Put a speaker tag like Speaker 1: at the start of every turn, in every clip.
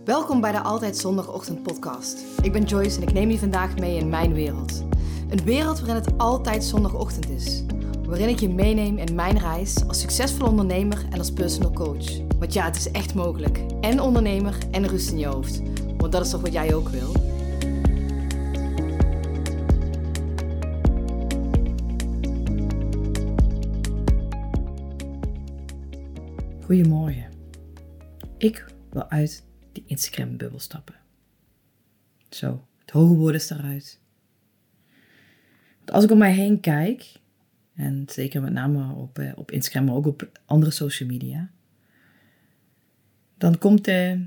Speaker 1: Welkom bij de Altijd Zondagochtend podcast. Ik ben Joyce en ik neem je vandaag mee in mijn wereld. Een wereld waarin het altijd zondagochtend is. Waarin ik je meeneem in mijn reis als succesvol ondernemer en als personal coach. Want ja, het is echt mogelijk. En ondernemer en rust in je hoofd. Want dat is toch wat jij ook wil? Goedemorgen. Ik wil uit die Instagram-bubbel stappen. Zo, het hoge woord is eruit. Want als ik om mij heen kijk, en zeker met name op Instagram, maar ook op andere social media, dan komt de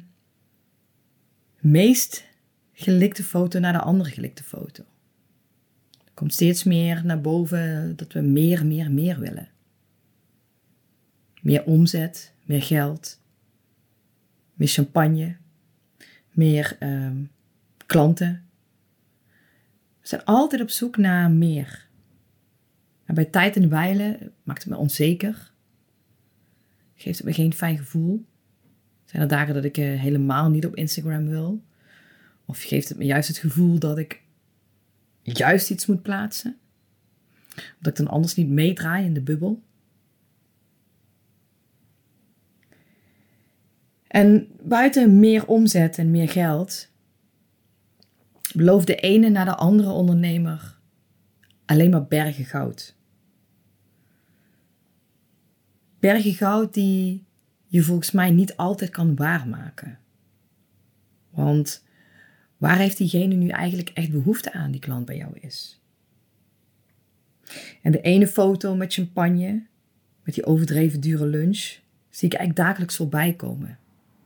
Speaker 1: meest gelikte foto naar de andere gelikte foto. Er komt steeds meer naar boven dat we meer willen. Meer omzet, meer geld, meer champagne, meer klanten. We zijn altijd op zoek naar meer. En bij tijd en wijle maakt het me onzeker. Geeft het me geen fijn gevoel. Zijn er dagen dat ik helemaal niet op Instagram wil? Of geeft het me juist het gevoel dat ik juist iets moet plaatsen? Dat ik dan anders niet meedraai in de bubbel? En buiten meer omzet en meer geld belooft de ene na de andere ondernemer alleen maar bergen goud. Bergen goud die je volgens mij niet altijd kan waarmaken. Want waar heeft diegene nu eigenlijk echt behoefte aan die klant bij jou is? En de ene foto met champagne, met die overdreven dure lunch, zie ik eigenlijk dagelijks voorbij komen.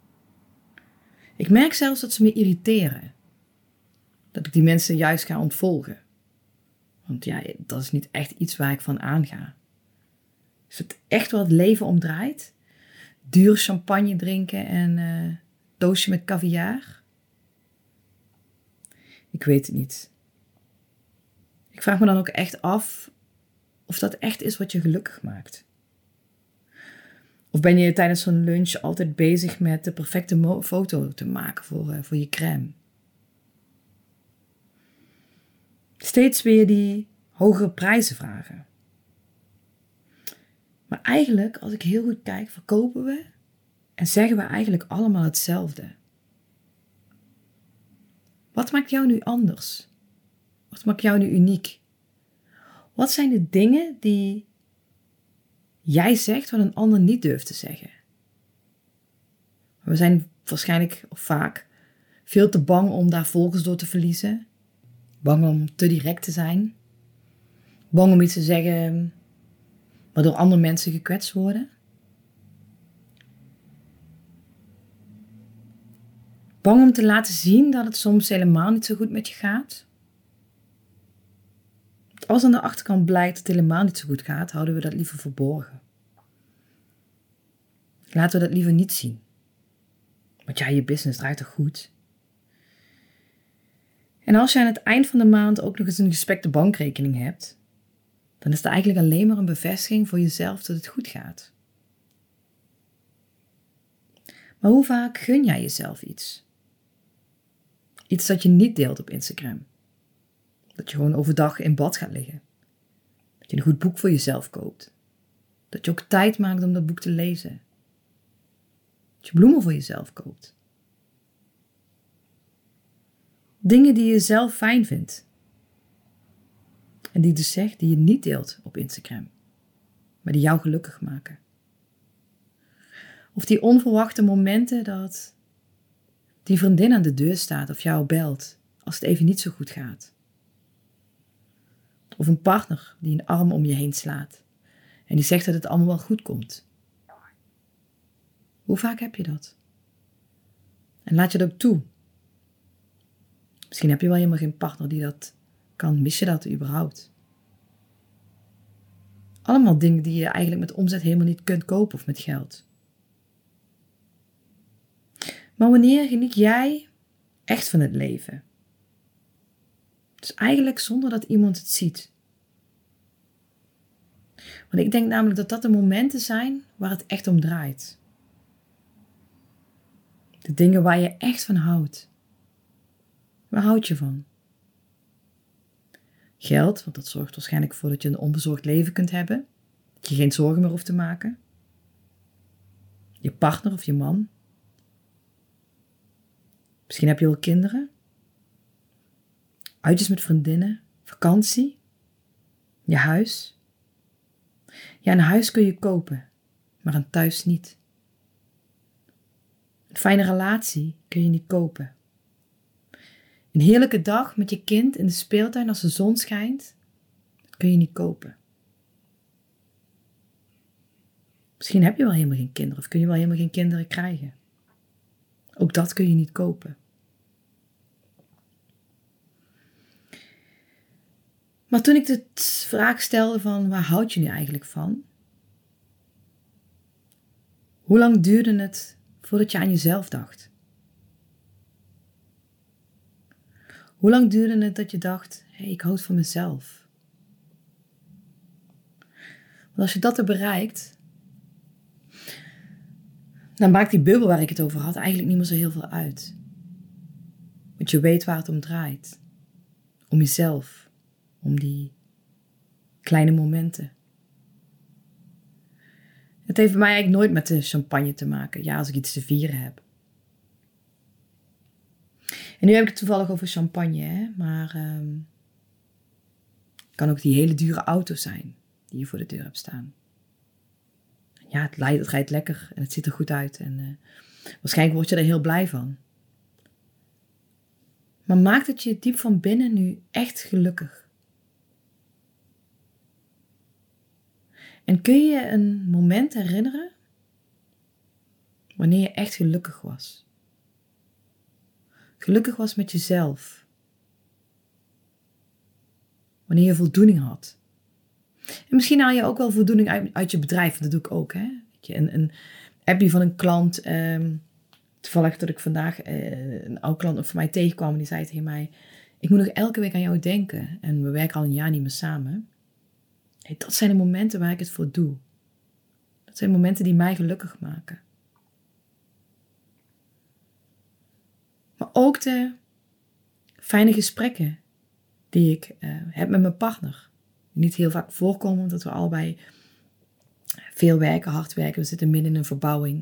Speaker 1: Ik merk zelfs dat ze me irriteren. Dat ik die mensen juist ga ontvolgen. Want ja, dat is niet echt iets waar ik van aanga. Is het echt wat het leven omdraait? Duur champagne drinken en doosje met caviar? Ik weet het niet. Ik vraag me dan ook echt af of dat echt is wat je gelukkig maakt. Of ben je tijdens zo'n lunch altijd bezig met de perfecte foto te maken voor je crème? Steeds weer die hogere prijzen vragen. Maar eigenlijk, als ik heel goed kijk, verkopen we en zeggen we eigenlijk allemaal hetzelfde. Wat maakt jou nu anders? Wat maakt jou nu uniek? Wat zijn de dingen die jij zegt wat een ander niet durft te zeggen? We zijn waarschijnlijk of vaak veel te bang om daar volgers door te verliezen. Bang om te direct te zijn. Bang om iets te zeggen waardoor andere mensen gekwetst worden. Bang om te laten zien dat het soms helemaal niet zo goed met je gaat. Als aan de achterkant blijkt dat het helemaal niet zo goed gaat, houden we dat liever verborgen. Laten we dat liever niet zien. Want ja, je business draait toch goed? En als je aan het eind van de maand ook nog eens een gespekte bankrekening hebt, dan is het eigenlijk alleen maar een bevestiging voor jezelf dat het goed gaat. Maar hoe vaak gun jij jezelf iets? Iets dat je niet deelt op Instagram. Dat je gewoon overdag in bad gaat liggen. Dat je een goed boek voor jezelf koopt. Dat je ook tijd maakt om dat boek te lezen. Dat je bloemen voor jezelf koopt. Dingen die je zelf fijn vindt. En die dus zegt die je niet deelt op Instagram. Maar die jou gelukkig maken. Of die onverwachte momenten dat die vriendin aan de deur staat of jou belt als het even niet zo goed gaat. Of een partner die een arm om je heen slaat en die zegt dat het allemaal wel goed komt. Hoe vaak heb je dat? En laat je dat ook toe? Misschien heb je wel helemaal geen partner die dat kan. Mis je dat überhaupt? Allemaal dingen die je eigenlijk met omzet helemaal niet kunt kopen of met geld. Maar wanneer geniet jij echt van het leven? Dus eigenlijk zonder dat iemand het ziet. Want ik denk namelijk dat dat de momenten zijn waar het echt om draait. De dingen waar je echt van houdt. Waar houd je van? Geld, want dat zorgt waarschijnlijk voor dat je een onbezorgd leven kunt hebben. Dat je geen zorgen meer hoeft te maken. Je partner of je man. Misschien heb je wel kinderen. Uitjes met vriendinnen. Vakantie. Je huis. Ja, een huis kun je kopen, maar een thuis niet. Een fijne relatie kun je niet kopen. Een heerlijke dag met je kind in de speeltuin als de zon schijnt, dat kun je niet kopen. Misschien heb je wel helemaal geen kinderen of kun je wel helemaal geen kinderen krijgen. Ook dat kun je niet kopen. Maar toen ik de vraag stelde van waar houd je nu eigenlijk van? Hoe lang duurde het voordat je aan jezelf dacht? Hoe lang duurde het dat je dacht, hey, ik houd van mezelf? Want als je dat hebt bereikt, dan maakt die bubbel waar ik het over had eigenlijk niet meer zo heel veel uit. Want je weet waar het om draait. Om jezelf. Om die kleine momenten. Het heeft bij mij eigenlijk nooit met de champagne te maken. Ja, als ik iets te vieren heb. En nu heb ik het toevallig over champagne, hè? Maar het kan ook die hele dure auto zijn die je voor de deur hebt staan. Ja, het rijdt lekker en het ziet er goed uit. En waarschijnlijk word je er heel blij van. Maar maakt het je diep van binnen nu echt gelukkig? En kun je een moment herinneren wanneer je echt gelukkig was? Gelukkig was met jezelf. Wanneer je voldoening had. En misschien haal je ook wel voldoening uit je bedrijf. Dat doe ik ook. Hè? Weet je, een appje van een klant. Toevallig dat ik vandaag een oude klant van mij tegenkwam. En die zei tegen mij. Ik moet nog elke week aan jou denken. En we werken al een jaar niet meer samen. Hey, dat zijn de momenten waar ik het voor doe. Dat zijn momenten die mij gelukkig maken. Maar ook de fijne gesprekken die ik heb met mijn partner. Die niet heel vaak voorkomen, omdat we allebei veel werken, hard werken. We zitten midden in een verbouwing.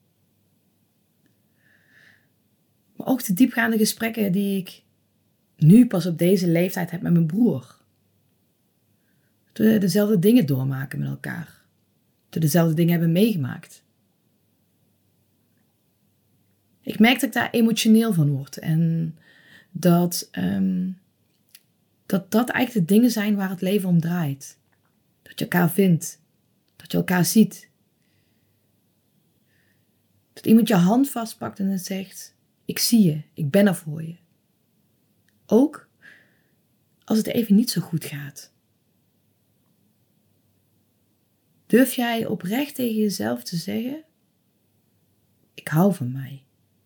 Speaker 1: Maar ook de diepgaande gesprekken die ik nu pas op deze leeftijd heb met mijn broer. Dat we dezelfde dingen doormaken met elkaar. Dat we dezelfde dingen hebben meegemaakt. Ik merk dat ik daar emotioneel van word. En dat eigenlijk de dingen zijn waar het leven om draait. Dat je elkaar vindt. Dat je elkaar ziet. Dat iemand je hand vastpakt en het zegt, ik zie je, ik ben er voor je. Ook als het even niet zo goed gaat. Durf jij oprecht tegen jezelf te zeggen, ik hou van mij.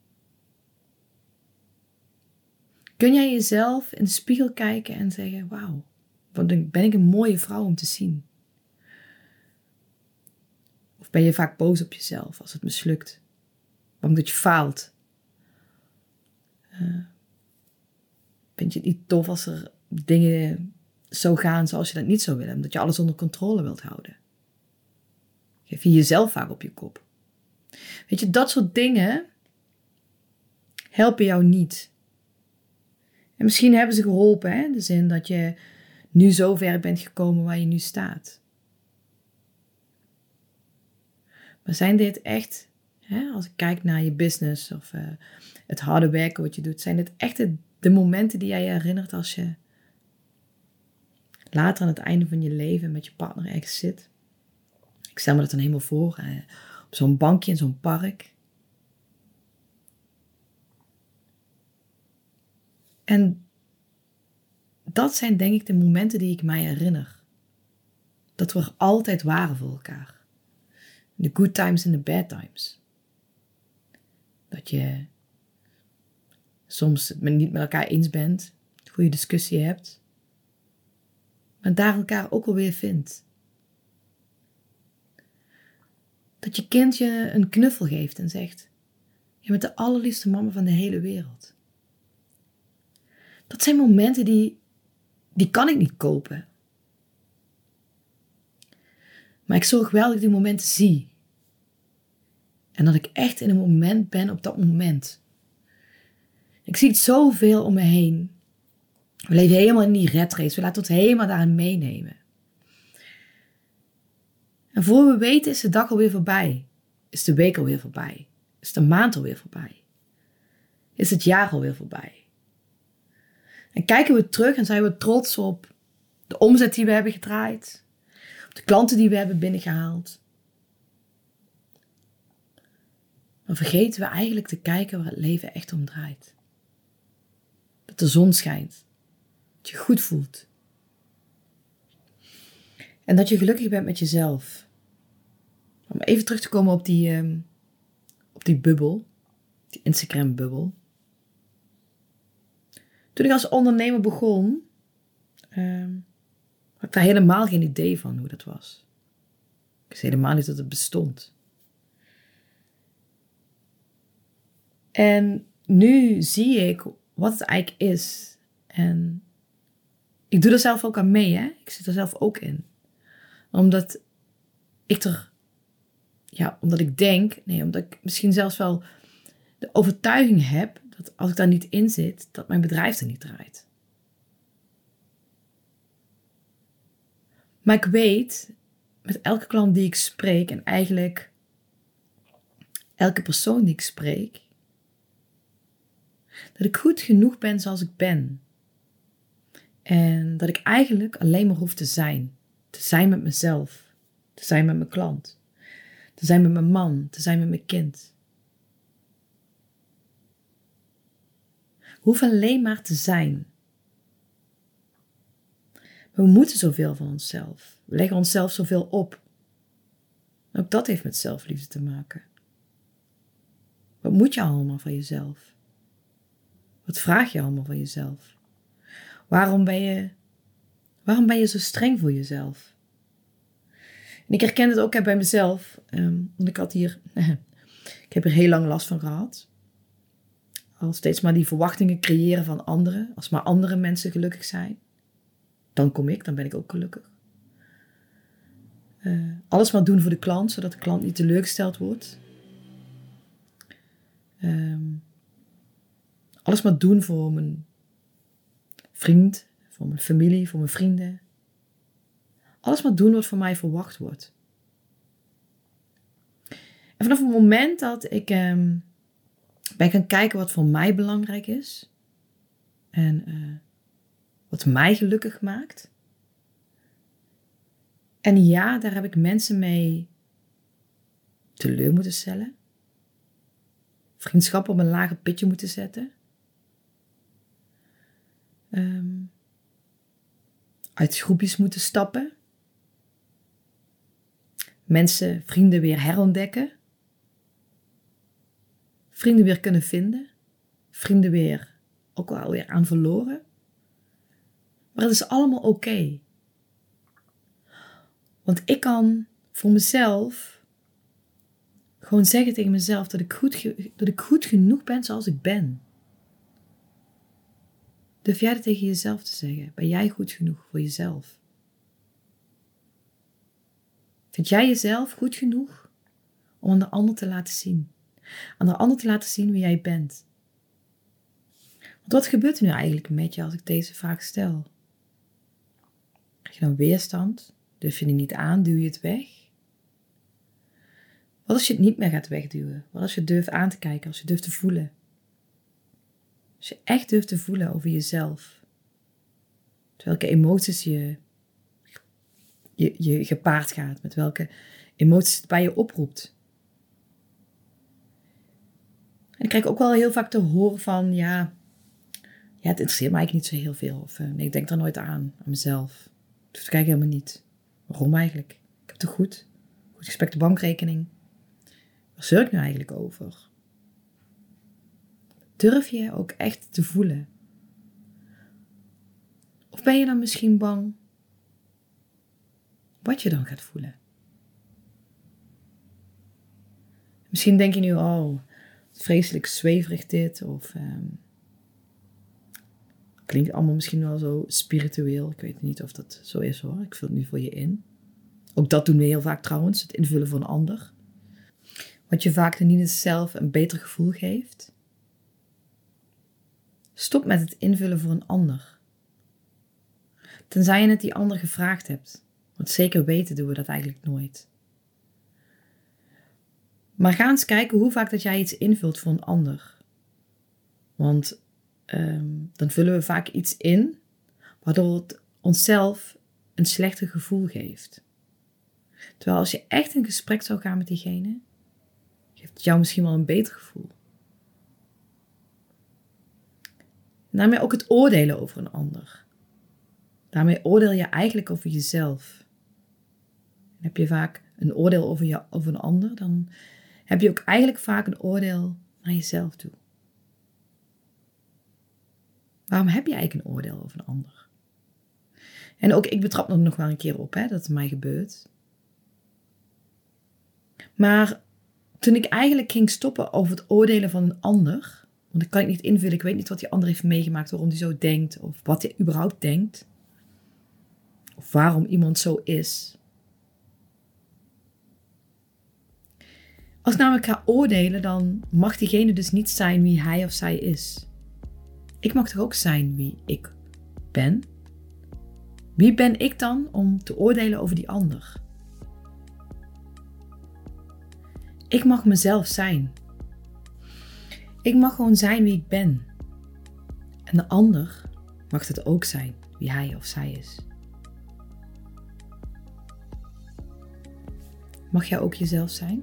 Speaker 1: Kun jij jezelf in de spiegel kijken en zeggen, wauw, wat ben ik een mooie vrouw om te zien. Of ben je vaak boos op jezelf als het mislukt? Bang dat je faalt? Vind je het niet tof als er dingen zo gaan zoals je dat niet zou willen? Omdat je alles onder controle wilt houden? Geef je jezelf vaak op je kop? Weet je, dat soort dingen helpen jou niet. En misschien hebben ze geholpen, hè? In de zin dat je nu zo ver bent gekomen waar je nu staat. Maar zijn dit echt, hè, als ik kijk naar je business of het harde werken wat je doet, zijn dit echt de momenten die jij je herinnert als je later aan het einde van je leven met je partner ergens zit? Ik stel me dat dan helemaal voor, op zo'n bankje in zo'n park. En dat zijn denk ik de momenten die ik mij herinner. Dat we er altijd waren voor elkaar. De good times en de bad times. Dat je soms het niet met elkaar eens bent. Een goede discussie hebt. Maar daar elkaar ook alweer vindt. Dat je kind je een knuffel geeft en zegt, Je bent de allerliefste mama van de hele wereld. Dat zijn momenten die kan ik niet kopen. Maar ik zorg wel dat ik die momenten zie. En dat ik echt in een moment ben op dat moment. Ik zie het zoveel om me heen. We leven helemaal in die red race. We laten ons helemaal daarin meenemen. En voor we weten is de dag alweer voorbij. Is de week alweer voorbij. Is de maand alweer voorbij. Is het jaar alweer voorbij. En kijken we terug en zijn we trots op de omzet die we hebben gedraaid. Op de klanten die we hebben binnengehaald. Dan vergeten we eigenlijk te kijken waar het leven echt om draait. Dat de zon schijnt. Dat je goed voelt. En dat je gelukkig bent met jezelf. Om even terug te komen op die bubbel. Die Instagram bubbel. Toen ik als ondernemer begon, had ik daar helemaal geen idee van hoe dat was. Ik wist helemaal niet dat het bestond. En nu zie ik wat het eigenlijk is. En ik doe er zelf ook aan mee, hè? Ik zit er zelf ook in. Omdat ik misschien zelfs wel de overtuiging heb dat als ik daar niet in zit, dat mijn bedrijf er niet draait. Maar ik weet, met elke klant die ik spreek en eigenlijk elke persoon die ik spreek, dat ik goed genoeg ben zoals ik ben. En dat ik eigenlijk alleen maar hoef te zijn. Te zijn met mezelf. Te zijn met mijn klant. Te zijn met mijn man. Te zijn met mijn kind. We hoeven alleen maar te zijn. Maar we moeten zoveel van onszelf. We leggen onszelf zoveel op. En ook dat heeft met zelfliefde te maken. Wat moet je allemaal van jezelf? Wat vraag je allemaal van jezelf? Waarom ben je zo streng voor jezelf? En ik herken het ook bij mezelf. Want ik heb er heel lang last van gehad. Al steeds maar die verwachtingen creëren van anderen. Als maar andere mensen gelukkig zijn. Dan ben ik ook gelukkig. Alles maar doen voor de klant, zodat de klant niet teleurgesteld wordt. Alles maar doen voor mijn vriend, voor mijn familie, voor mijn vrienden. Alles maar doen wat van mij verwacht wordt. En vanaf het moment dat ik ben gaan kijken wat voor mij belangrijk is. En wat mij gelukkig maakt. En ja, daar heb ik mensen mee teleur moeten stellen. Vriendschappen op een lager pitje moeten zetten. Uit groepjes moeten stappen. Vrienden weer herontdekken. Vrienden weer kunnen vinden. Vrienden weer ook wel weer aan verloren. Maar het is allemaal oké. Want ik kan voor mezelf gewoon zeggen tegen mezelf dat ik goed genoeg ben zoals ik ben. Durf jij dat tegen jezelf te zeggen? Ben jij goed genoeg voor jezelf? Vind jij jezelf goed genoeg om aan de ander te laten zien? Aan de ander te laten zien wie jij bent. Want wat gebeurt er nu eigenlijk met je als ik deze vraag stel? Krijg je dan weerstand? Durf je die niet aan? Duw je het weg? Wat als je het niet meer gaat wegduwen? Wat als je durft aan te kijken? Als je durft te voelen? Als je echt durft te voelen over jezelf. Met welke emoties je gepaard gaat. Met welke emoties het bij je oproept. En ik krijg ook wel heel vaak te horen van... Ja, het interesseert me eigenlijk niet zo heel veel. Of nee, ik denk er nooit aan mezelf. Dus dat kijk ik helemaal niet. Waarom eigenlijk? Ik heb het goed gespekte bankrekening. Waar zeur ik nu eigenlijk over? Durf je ook echt te voelen? Of ben je dan misschien bang wat je dan gaat voelen? Misschien denk je nu, vreselijk zweverig dit. Of klinkt allemaal misschien wel zo spiritueel. Ik weet niet of dat zo is hoor. Ik vul het nu voor je in. Ook dat doen we heel vaak trouwens. Het invullen voor een ander. Wat je vaak niet zelf een beter gevoel geeft. Stop met het invullen voor een ander. Tenzij je het die ander gevraagd hebt. Want zeker weten doen we dat eigenlijk nooit. Maar ga eens kijken hoe vaak dat jij iets invult voor een ander. Want dan vullen we vaak iets in, waardoor het onszelf een slechter gevoel geeft. Terwijl als je echt in gesprek zou gaan met diegene, geeft het jou misschien wel een beter gevoel. En daarmee ook het oordelen over een ander. Daarmee oordeel je eigenlijk over jezelf. En heb je vaak een oordeel over een ander, dan heb je ook eigenlijk vaak een oordeel naar jezelf toe. Waarom heb je eigenlijk een oordeel over een ander? En ook ik betrap er nog wel een keer op dat het mij gebeurt. Maar toen ik eigenlijk ging stoppen over het oordelen van een ander, want dat kan ik niet invullen, ik weet niet wat die ander heeft meegemaakt, waarom die zo denkt, of wat hij überhaupt denkt, of waarom iemand zo is. Als ik namelijk ga oordelen, dan mag diegene dus niet zijn wie hij of zij is. Ik mag toch ook zijn wie ik ben? Wie ben ik dan om te oordelen over die ander? Ik mag mezelf zijn. Ik mag gewoon zijn wie ik ben. En de ander mag het ook zijn wie hij of zij is. Mag jij ook jezelf zijn?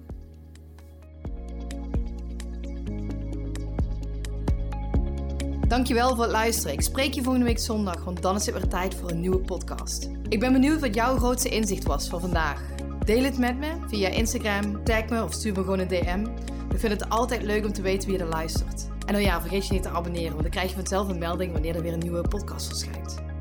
Speaker 2: Dankjewel voor het luisteren. Ik spreek je volgende week zondag, want dan is het weer tijd voor een nieuwe podcast. Ik ben benieuwd wat jouw grootste inzicht was van vandaag. Deel het met me via Instagram, tag me of stuur me gewoon een DM. Ik vind het altijd leuk om te weten wie er luistert. En vergeet je niet te abonneren, want dan krijg je vanzelf een melding wanneer er weer een nieuwe podcast verschijnt.